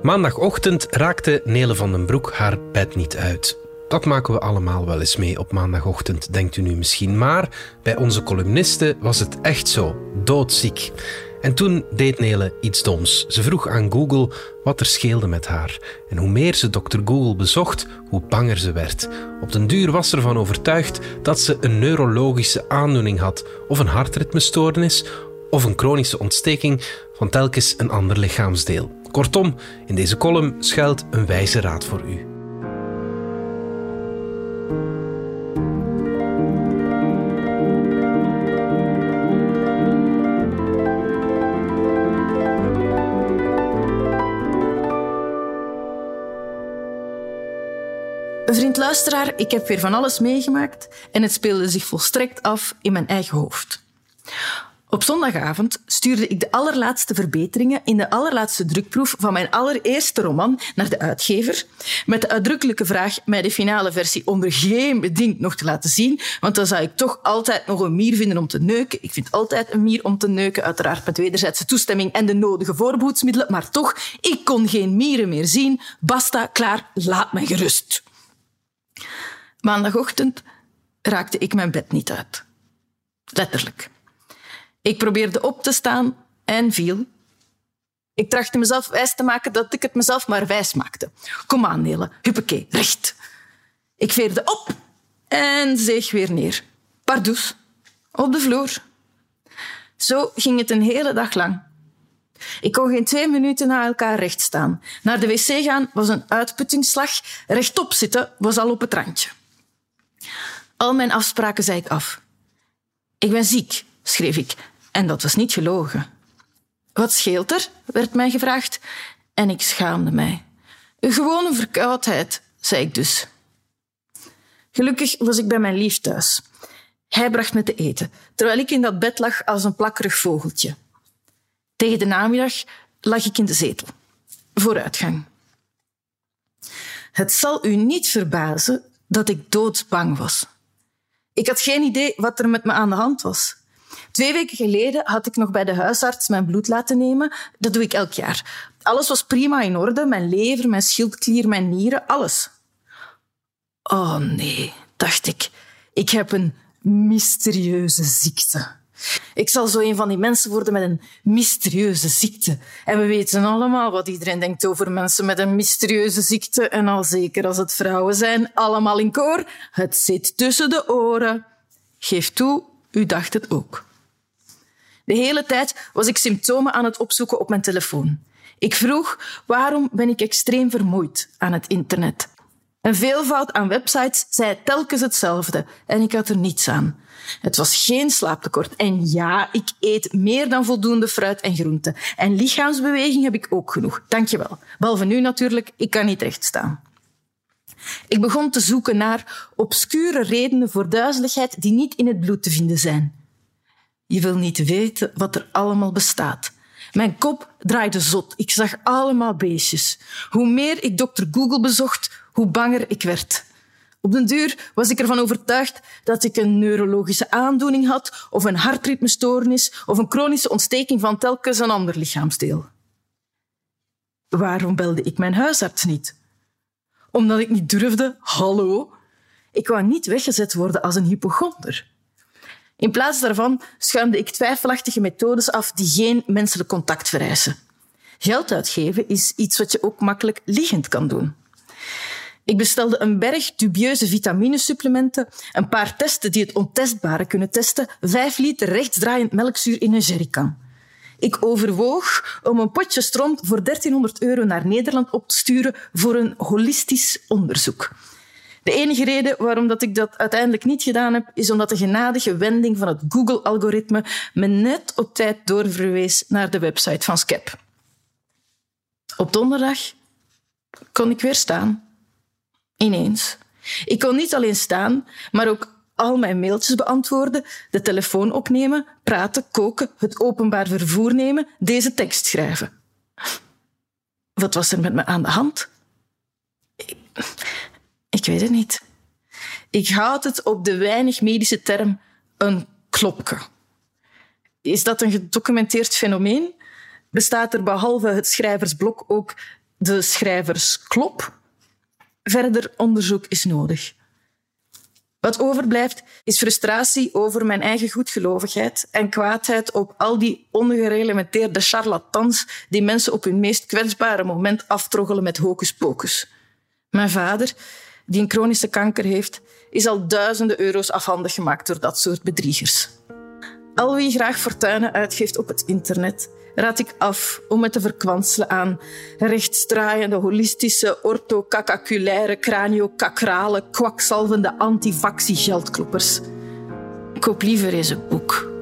Maandagochtend raakte Nele van den Broek haar bed niet uit. Dat maken we allemaal wel eens mee op maandagochtend, denkt u nu misschien. Maar bij onze columniste was het echt zo, doodziek. En toen deed Nele iets doms. Ze vroeg aan Google wat er scheelde met haar. En hoe meer ze dokter Google bezocht, hoe banger ze werd. Op den duur was ze ervan overtuigd dat ze een neurologische aandoening had, of een hartritmestoornis, of een chronische ontsteking van telkens een ander lichaamsdeel. Kortom, in deze column schuilt een wijze raad voor u. Vriend luisteraar, ik heb weer van alles meegemaakt en het speelde zich volstrekt af in mijn eigen hoofd. Op zondagavond stuurde ik de allerlaatste verbeteringen in de allerlaatste drukproef van mijn allereerste roman naar de uitgever, met de uitdrukkelijke vraag mij de finale versie onder geen beding nog te laten zien, want dan zou ik toch altijd nog een mier vinden om te neuken. Ik vind altijd een mier om te neuken, uiteraard met wederzijdse toestemming en de nodige voorbehoedsmiddelen, maar toch, ik kon geen mieren meer zien. Basta, klaar, laat mij gerust. Maandagochtend raakte ik mijn bed niet uit. Letterlijk. Ik probeerde op te staan en viel. Ik trachtte mezelf wijs te maken dat ik het mezelf maar wijs maakte. Kom aan, Nele. Huppakee, recht. Ik veerde op en zeeg weer neer. Pardoes. Op de vloer. Zo ging het een hele dag lang. Ik kon geen 2 minuten na elkaar recht staan. Naar de wc gaan was een uitputtingsslag. Rechtop zitten was al op het randje. Al mijn afspraken zei ik af. Ik ben ziek, schreef ik. En dat was niet gelogen. Wat scheelt er? Werd mij gevraagd. En ik schaamde mij. Gewoon een verkoudheid, zei ik dus. Gelukkig was ik bij mijn lief thuis. Hij bracht me te eten, terwijl ik in dat bed lag als een plakkerig vogeltje. Tegen de namiddag lag ik in de zetel. Vooruitgang. Het zal u niet verbazen dat ik doodsbang was. Ik had geen idee wat er met me aan de hand was. 2 weken geleden had ik nog bij de huisarts mijn bloed laten nemen. Dat doe ik elk jaar. Alles was prima in orde. Mijn lever, mijn schildklier, mijn nieren, alles. Oh nee, dacht ik. Ik heb een mysterieuze ziekte. Ik zal zo een van die mensen worden met een mysterieuze ziekte. En we weten allemaal wat iedereen denkt over mensen met een mysterieuze ziekte. En al zeker als het vrouwen zijn, allemaal in koor. Het zit tussen de oren. Geef toe, u dacht het ook. De hele tijd was ik symptomen aan het opzoeken op mijn telefoon. Ik vroeg, waarom ben ik extreem vermoeid aan het internet? Een veelvoud aan websites zei telkens hetzelfde en ik had er niets aan. Het was geen slaaptekort. En ja, ik eet meer dan voldoende fruit en groenten. En lichaamsbeweging heb ik ook genoeg. Dankjewel. Behalve nu natuurlijk, ik kan niet rechtstaan. Ik begon te zoeken naar obscure redenen voor duizeligheid die niet in het bloed te vinden zijn. Je wil niet weten wat er allemaal bestaat. Mijn kop draaide zot. Ik zag allemaal beestjes. Hoe meer ik dokter Google bezocht, hoe banger ik werd. Op den duur was ik ervan overtuigd dat ik een neurologische aandoening had, of een hartritmestoornis, of een chronische ontsteking van telkens een ander lichaamsdeel. Waarom belde ik mijn huisarts niet? Omdat ik niet durfde. Hallo? Ik wou niet weggezet worden als een hypochonder. In plaats daarvan schuimde ik twijfelachtige methodes af die geen menselijk contact vereisen. Geld uitgeven is iets wat je ook makkelijk liggend kan doen. Ik bestelde een berg dubieuze vitaminesupplementen, een paar testen die het ontestbare kunnen testen, 5 liter rechtsdraaiend melkzuur in een jerrycan. Ik overwoog om een potje stront voor €1300 naar Nederland op te sturen voor een holistisch onderzoek. De enige reden waarom ik dat uiteindelijk niet gedaan heb, is omdat de genadige wending van het Google-algoritme me net op tijd doorverwees naar de website van Skep. Op donderdag kon ik weer staan. Ineens. Ik kon niet alleen staan, maar ook al mijn mailtjes beantwoorden, de telefoon opnemen, praten, koken, het openbaar vervoer nemen, deze tekst schrijven. Wat was er met me aan de hand? Ik weet het niet. Ik houd het op de weinig medische term een klopke. Is dat een gedocumenteerd fenomeen? Bestaat er behalve het schrijversblok ook de schrijvers klop. Verder onderzoek is nodig. Wat overblijft is frustratie over mijn eigen goedgelovigheid en kwaadheid op al die ongereglementeerde charlatans die mensen op hun meest kwetsbare moment aftroggelen met hocus-pocus. Mijn vader, die een chronische kanker heeft, is al duizenden euro's afhandig gemaakt door dat soort bedriegers. Al wie graag fortuinen uitgeeft op het internet, raad ik af om me te verkwanselen aan rechtsdraaiende, holistische, orthocacaculaire, craniocacrale, kwakzalvende antivaxie-geldkloppers. Ik koop liever eens een boek.